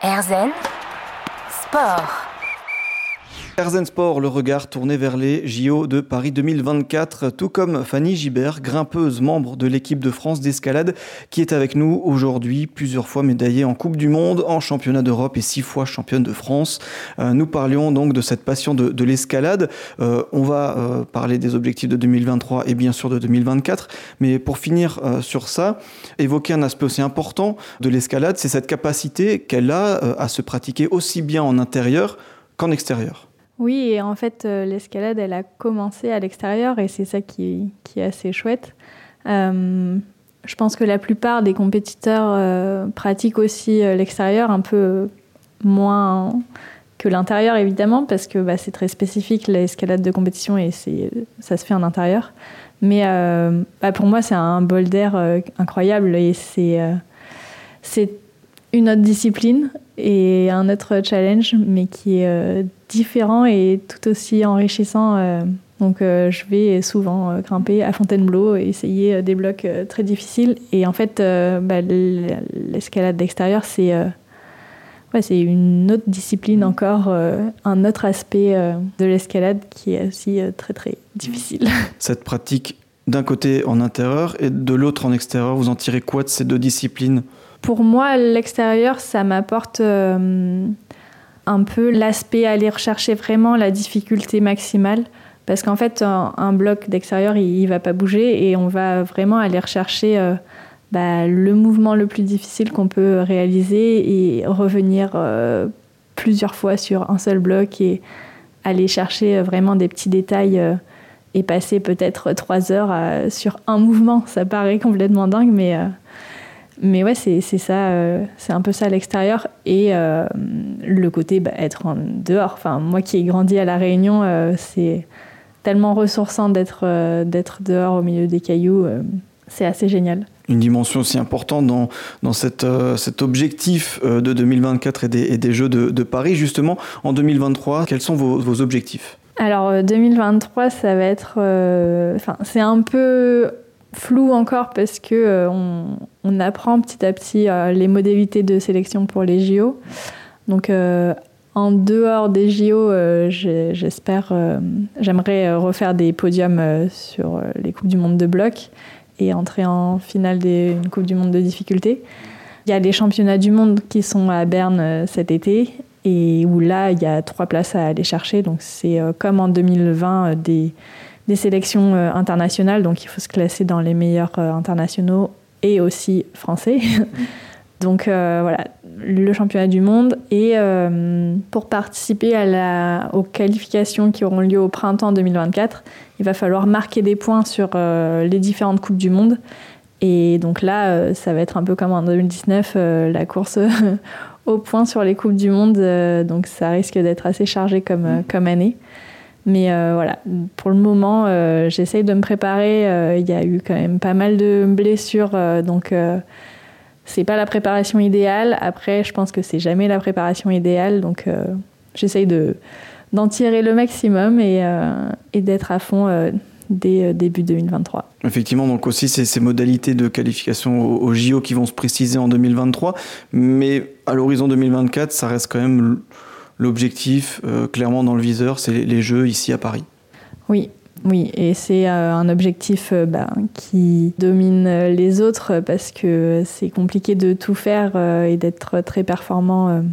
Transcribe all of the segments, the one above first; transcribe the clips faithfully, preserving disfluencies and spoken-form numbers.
Erzen Sport. Erzen Sport, le regard tourné vers les J O de Paris deux mille vingt-quatre, tout comme Fanny Gibert, grimpeuse, membre de l'équipe de France d'escalade, qui est avec nous aujourd'hui, plusieurs fois médaillée en Coupe du Monde, en Championnat d'Europe et six fois championne de France. Euh, nous parlions donc de cette passion de, de l'escalade. Euh, on va euh, parler des objectifs de deux mille vingt-trois et bien sûr de deux mille vingt-quatre, mais pour finir euh, sur ça, évoquer un aspect aussi important de l'escalade, c'est cette capacité qu'elle a euh, à se pratiquer aussi bien en intérieur qu'en extérieur. Oui, et en fait, euh, l'escalade, elle a commencé à l'extérieur et c'est ça qui, qui est assez chouette. Euh, je pense que la plupart des compétiteurs euh, pratiquent aussi euh, l'extérieur, un peu moins que l'intérieur, évidemment, parce que bah, c'est très spécifique, l'escalade de compétition, et c'est, ça se fait en intérieur. Mais euh, bah, pour moi, c'est un bol d'air euh, incroyable et c'est, euh, c'est une autre discipline et un autre challenge, mais qui est euh, différent et tout aussi enrichissant. Euh, donc euh, je vais souvent euh, grimper à Fontainebleau et essayer euh, des blocs euh, très difficiles. Et en fait, euh, bah, l'escalade d'extérieur, c'est, euh, ouais, c'est une autre discipline encore, euh, un autre aspect euh, de l'escalade qui est aussi euh, très très difficile. Cette pratique d'un côté en intérieur et de l'autre en extérieur, vous en tirez quoi de ces deux disciplines ? Pour moi, l'extérieur, ça m'apporte euh, un peu l'aspect aller rechercher vraiment la difficulté maximale. Parce qu'en fait, un, un bloc d'extérieur, il ne va pas bouger et on va vraiment aller rechercher euh, bah, le mouvement le plus difficile qu'on peut réaliser et revenir euh, plusieurs fois sur un seul bloc et aller chercher vraiment des petits détails euh, et passer peut-être trois heures euh, sur un mouvement. Ça paraît complètement dingue, mais... Euh, Mais ouais, c'est, c'est ça, euh, c'est un peu ça à l'extérieur. Et euh, le côté bah, être en dehors. Enfin, moi qui ai grandi à La Réunion, euh, c'est tellement ressourçant d'être, euh, d'être dehors au milieu des cailloux. Euh, c'est assez génial. Une dimension aussi importante dans, dans cette, euh, cet objectif euh, de deux mille vingt-quatre et des, et des Jeux de, de Paris. Justement, en deux mille vingt-trois, quels sont vos, vos objectifs ? Alors, deux mille vingt-trois, ça va être... Euh, c'est un peu... flou encore parce que euh, on, on apprend petit à petit euh, les modalités de sélection pour les J O. Donc euh, en dehors des J O, euh, j'ai, j'espère, euh, j'aimerais refaire des podiums euh, sur euh, les Coupes du Monde de bloc et entrer en finale d'une Coupe du Monde de difficulté. Il y a les championnats du monde qui sont à Berne euh, cet été et où là il y a trois places à aller chercher. Donc c'est euh, comme en deux mille vingt euh, des des sélections euh, internationales, donc il faut se classer dans les meilleurs euh, internationaux et aussi français. Donc euh, voilà, le championnat du monde. Et euh, pour participer à la, aux qualifications qui auront lieu au printemps deux mille vingt-quatre, il va falloir marquer des points sur euh, les différentes Coupes du Monde. Et donc là, euh, ça va être un peu comme en deux mille dix-neuf, euh, la course aux points sur les Coupes du Monde. Euh, donc ça risque d'être assez chargé comme, euh, comme année. Mais euh, voilà, pour le moment, euh, j'essaye de me préparer. Euh, il y a eu quand même pas mal de blessures, euh, donc euh, c'est pas la préparation idéale. Après, je pense que c'est jamais la préparation idéale, donc euh, j'essaye de, d'en tirer le maximum et, euh, et d'être à fond euh, dès euh, début deux mille vingt-trois. Effectivement, donc aussi c'est ces modalités de qualification aux, aux J O qui vont se préciser en deux mille vingt-trois, mais à l'horizon deux mille vingt-quatre, ça reste quand même... L'objectif, euh, clairement dans le viseur, c'est les Jeux ici à Paris. Oui, oui, et c'est euh, un objectif euh, bah, qui domine les autres parce que c'est compliqué de tout faire euh, et d'être très performant. Euh.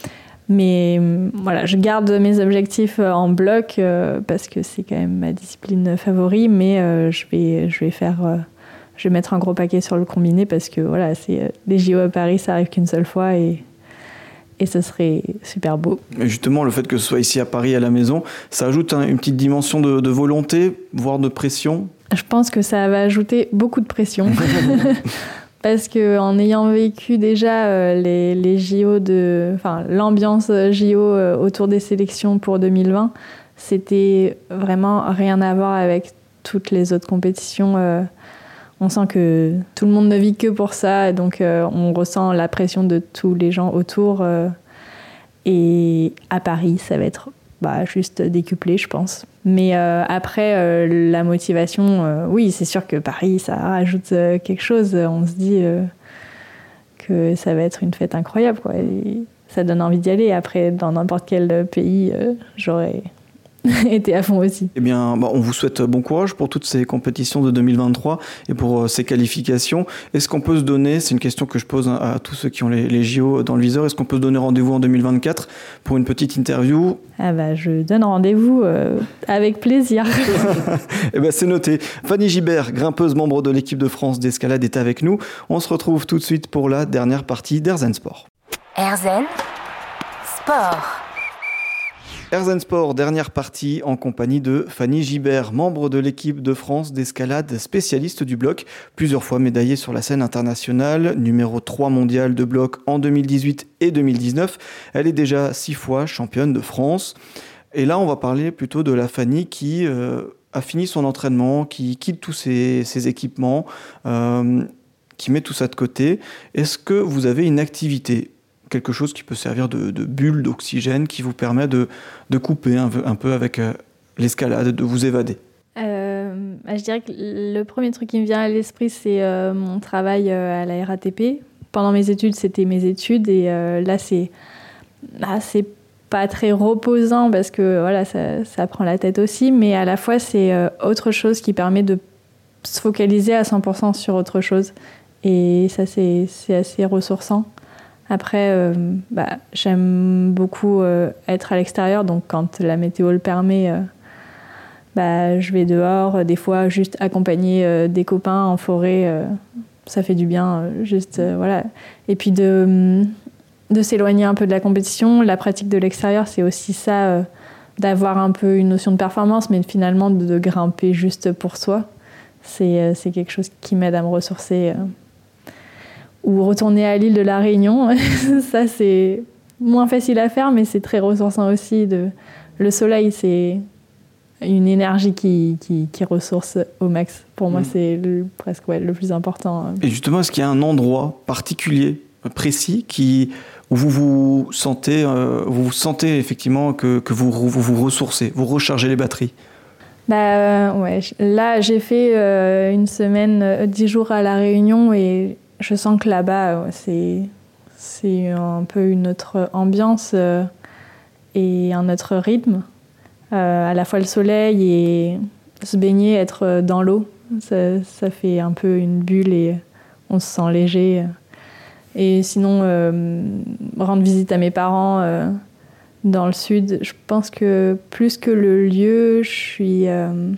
Mais euh, voilà, je garde mes objectifs en bloc euh, parce que c'est quand même ma discipline favorite, mais euh, je vais, je vais faire... Euh, je vais mettre un gros paquet sur le combiné parce que voilà, c'est, euh, les J O à Paris, ça arrive qu'une seule fois et... Et ce serait super beau. Et justement, le fait que ce soit ici à Paris, à la maison, ça ajoute un, une petite dimension de, de volonté, voire de pression ? Je pense que ça va ajouter beaucoup de pression. Parce qu'en ayant vécu déjà euh, les, les J O, de, enfin, l'ambiance J O euh, autour des sélections pour deux mille vingt, c'était vraiment rien à voir avec toutes les autres compétitions. Euh, On sent que tout le monde ne vit que pour ça, donc euh, on ressent la pression de tous les gens autour. Euh, et à Paris, ça va être bah, juste décuplé, je pense. Mais euh, après, euh, la motivation, euh, oui, c'est sûr que Paris, ça rajoute euh, quelque chose. On se dit euh, que ça va être une fête incroyable, quoi. Et ça donne envie d'y aller. Après, dans n'importe quel pays, euh, j'aurais été à fond aussi. Eh bien, bah, on vous souhaite bon courage pour toutes ces compétitions de deux mille vingt-trois et pour euh, ces qualifications. Est-ce qu'on peut se donner, c'est une question que je pose à, à tous ceux qui ont les, les J O dans le viseur, est-ce qu'on peut se donner rendez-vous en deux mille vingt-quatre pour une petite interview? Ah bah, je donne rendez-vous euh, avec plaisir. Eh ben, c'est noté. Fanny Gibert, grimpeuse, membre de l'équipe de France d'escalade, est avec nous. On se retrouve tout de suite pour la dernière partie d'Airzen Sport. Airzen Sport. Airzen Sport, dernière partie en compagnie de Fanny Gibert, membre de l'équipe de France d'escalade, spécialiste du bloc, plusieurs fois médaillée sur la scène internationale, numéro trois mondial de bloc en deux mille dix-huit et deux mille dix-neuf. Elle est déjà six fois championne de France. Et là, on va parler plutôt de la Fanny qui euh, a fini son entraînement, qui quitte tous ses, ses équipements, euh, qui met tout ça de côté. Est-ce que vous avez une activité, quelque chose qui peut servir de, de bulle d'oxygène qui vous permet de, de couper un, un peu avec euh, l'escalade, de vous évader? euh, bah, Je dirais que le premier truc qui me vient à l'esprit, c'est euh, mon travail euh, à la R A T P. Pendant mes études, c'était mes études et euh, là, c'est, là, c'est pas très reposant parce que voilà, ça, ça prend la tête aussi, mais à la fois, c'est euh, autre chose qui permet de se focaliser à cent pour cent sur autre chose. Et ça, c'est, c'est assez ressourçant. Après, euh, bah, j'aime beaucoup euh, être à l'extérieur, donc quand la météo le permet, euh, bah, je vais dehors, euh, des fois juste accompagner euh, des copains en forêt, euh, ça fait du bien, euh, juste, euh, voilà. Et puis de, de s'éloigner un peu de la compétition, la pratique de l'extérieur, c'est aussi ça, euh, d'avoir un peu une notion de performance, mais finalement de, de grimper juste pour soi. C'est, euh, c'est quelque chose qui m'aide à me ressourcer. Euh. Ou retourner à l'île de la Réunion, ça c'est moins facile à faire, mais c'est très ressourçant aussi. De... Le soleil, c'est une énergie qui, qui, qui ressource au max. Pour moi, mmh. c'est le, presque ouais, le plus important. Et justement, est-ce qu'il y a un endroit particulier, précis, qui, où vous vous sentez, euh, vous vous sentez effectivement que, que vous, vous vous ressourcez, vous rechargez les batteries? Bah, euh, ouais. Là, j'ai fait euh, une semaine, euh, dix jours à la Réunion et je sens que là-bas, c'est, c'est un peu une autre ambiance euh, et un autre rythme. Euh, à la fois le soleil et se baigner, être dans l'eau, ça, ça fait un peu une bulle et on se sent léger. Et sinon, euh, rendre visite à mes parents euh, dans le sud, je pense que plus que le lieu, je suis, euh,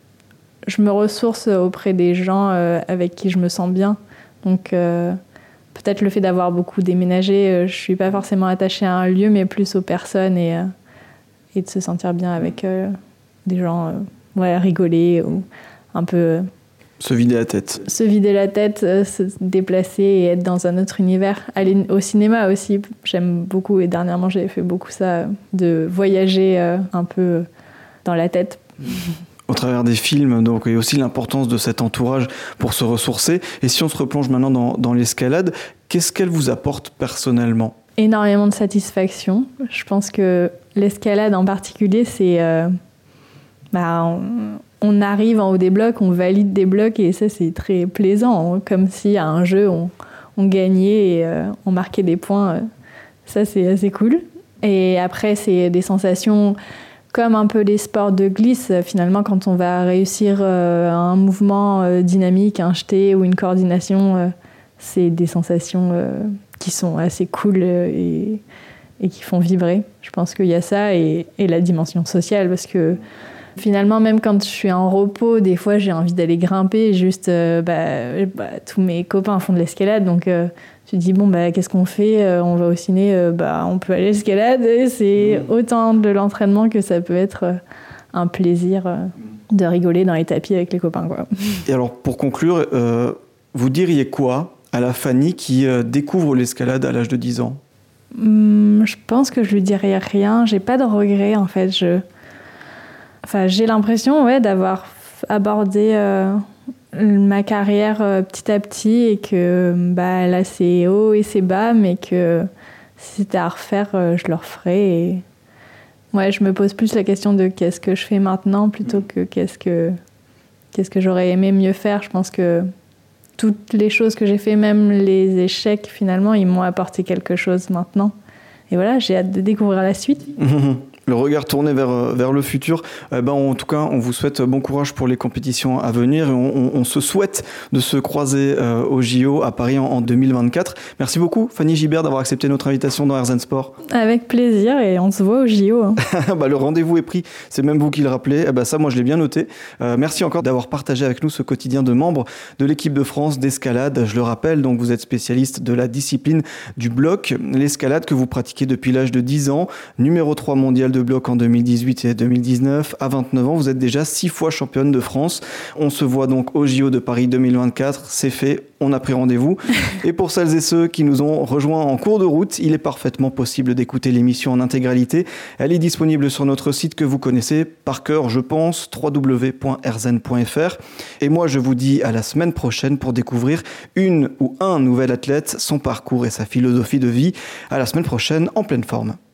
je me ressource auprès des gens euh, avec qui je me sens bien. Donc euh, peut-être le fait d'avoir beaucoup déménagé, euh, je ne suis pas forcément attachée à un lieu, mais plus aux personnes et, euh, et de se sentir bien avec euh, des gens, euh, ouais, rigoler ou un peu... Euh, se vider la tête. Se vider la tête, euh, se déplacer et être dans un autre univers. Aller au cinéma aussi, j'aime beaucoup et dernièrement j'ai fait beaucoup ça, euh, de voyager euh, un peu dans la tête. Au travers des films, donc, il y a aussi l'importance de cet entourage pour se ressourcer. Et si on se replonge maintenant dans, dans l'escalade, qu'est-ce qu'elle vous apporte personnellement? Énormément de satisfaction. Je pense que l'escalade en particulier, c'est... Euh, bah, on, on arrive en haut des blocs, on valide des blocs et ça, c'est très plaisant. Hein, comme si à un jeu, on, on gagnait et euh, on marquait des points. Euh, ça, c'est assez cool. Et après, c'est des sensations... Comme un peu les sports de glisse, finalement, quand on va réussir euh, un mouvement euh, dynamique, un jeté ou une coordination, euh, c'est des sensations euh, qui sont assez cool euh, et, et qui font vibrer. Je pense qu'il y a ça et, et la dimension sociale, parce que finalement, même quand je suis en repos, des fois, j'ai envie d'aller grimper. Juste, euh, bah, bah, tous mes copains font de l'escalade, donc... Euh, tu te dis, bon, bah, qu'est-ce qu'on fait? euh, On va au ciné, euh, bah, on peut aller à l'escalade. Et c'est mmh. autant de l'entraînement que ça peut être euh, un plaisir euh, de rigoler dans les tapis avec les copains, quoi. Et alors, pour conclure, euh, vous diriez quoi à la Fanny qui euh, découvre l'escalade à l'âge de dix ans? Hum, je pense que je lui dirais rien. J'ai pas de regrets, en fait. Je... Enfin, j'ai l'impression, ouais, d'avoir abordé... Euh... ma carrière euh, petit à petit et que bah, là c'est haut et c'est bas, mais que si c'était à refaire, euh, je le referais. Et... Ouais, je me pose plus la question de qu'est-ce que je fais maintenant plutôt que qu'est-ce que, qu'est-ce que j'aurais aimé mieux faire. Je pense que toutes les choses que j'ai fait, même les échecs, finalement, ils m'ont apporté quelque chose maintenant. et voilà, j'ai hâte de découvrir la suite. Le regard tourné vers, vers le futur. Eh ben, en tout cas, on vous souhaite bon courage pour les compétitions à venir et on, on, on se souhaite de se croiser euh, au J O à Paris en, en deux mille vingt-quatre. Merci beaucoup, Fanny Gibert, d'avoir accepté notre invitation dans AirZen Sport. Avec plaisir et on se voit au J O. Hein. bah, le rendez-vous est pris, c'est même vous qui le rappelez. Eh ben, ça, moi, je l'ai bien noté. Euh, merci encore d'avoir partagé avec nous ce quotidien de membres de l'équipe de France d'escalade. Je le rappelle, donc vous êtes spécialiste de la discipline du bloc, l'escalade que vous pratiquez depuis l'âge de dix ans, numéro trois mondial de bloc en deux mille dix-huit et deux mille dix-neuf. À vingt-neuf ans, vous êtes déjà six fois championne de France. On se voit donc au J O de Paris deux mille vingt-quatre. C'est fait, on a pris rendez-vous. Et pour celles et ceux qui nous ont rejoints en cours de route, il est parfaitement possible d'écouter l'émission en intégralité. Elle est disponible sur notre site que vous connaissez par cœur, je pense, w w w point r z e n point f r. Et moi, je vous dis à la semaine prochaine pour découvrir une ou un nouvel athlète, son parcours et sa philosophie de vie. À la semaine prochaine, en pleine forme.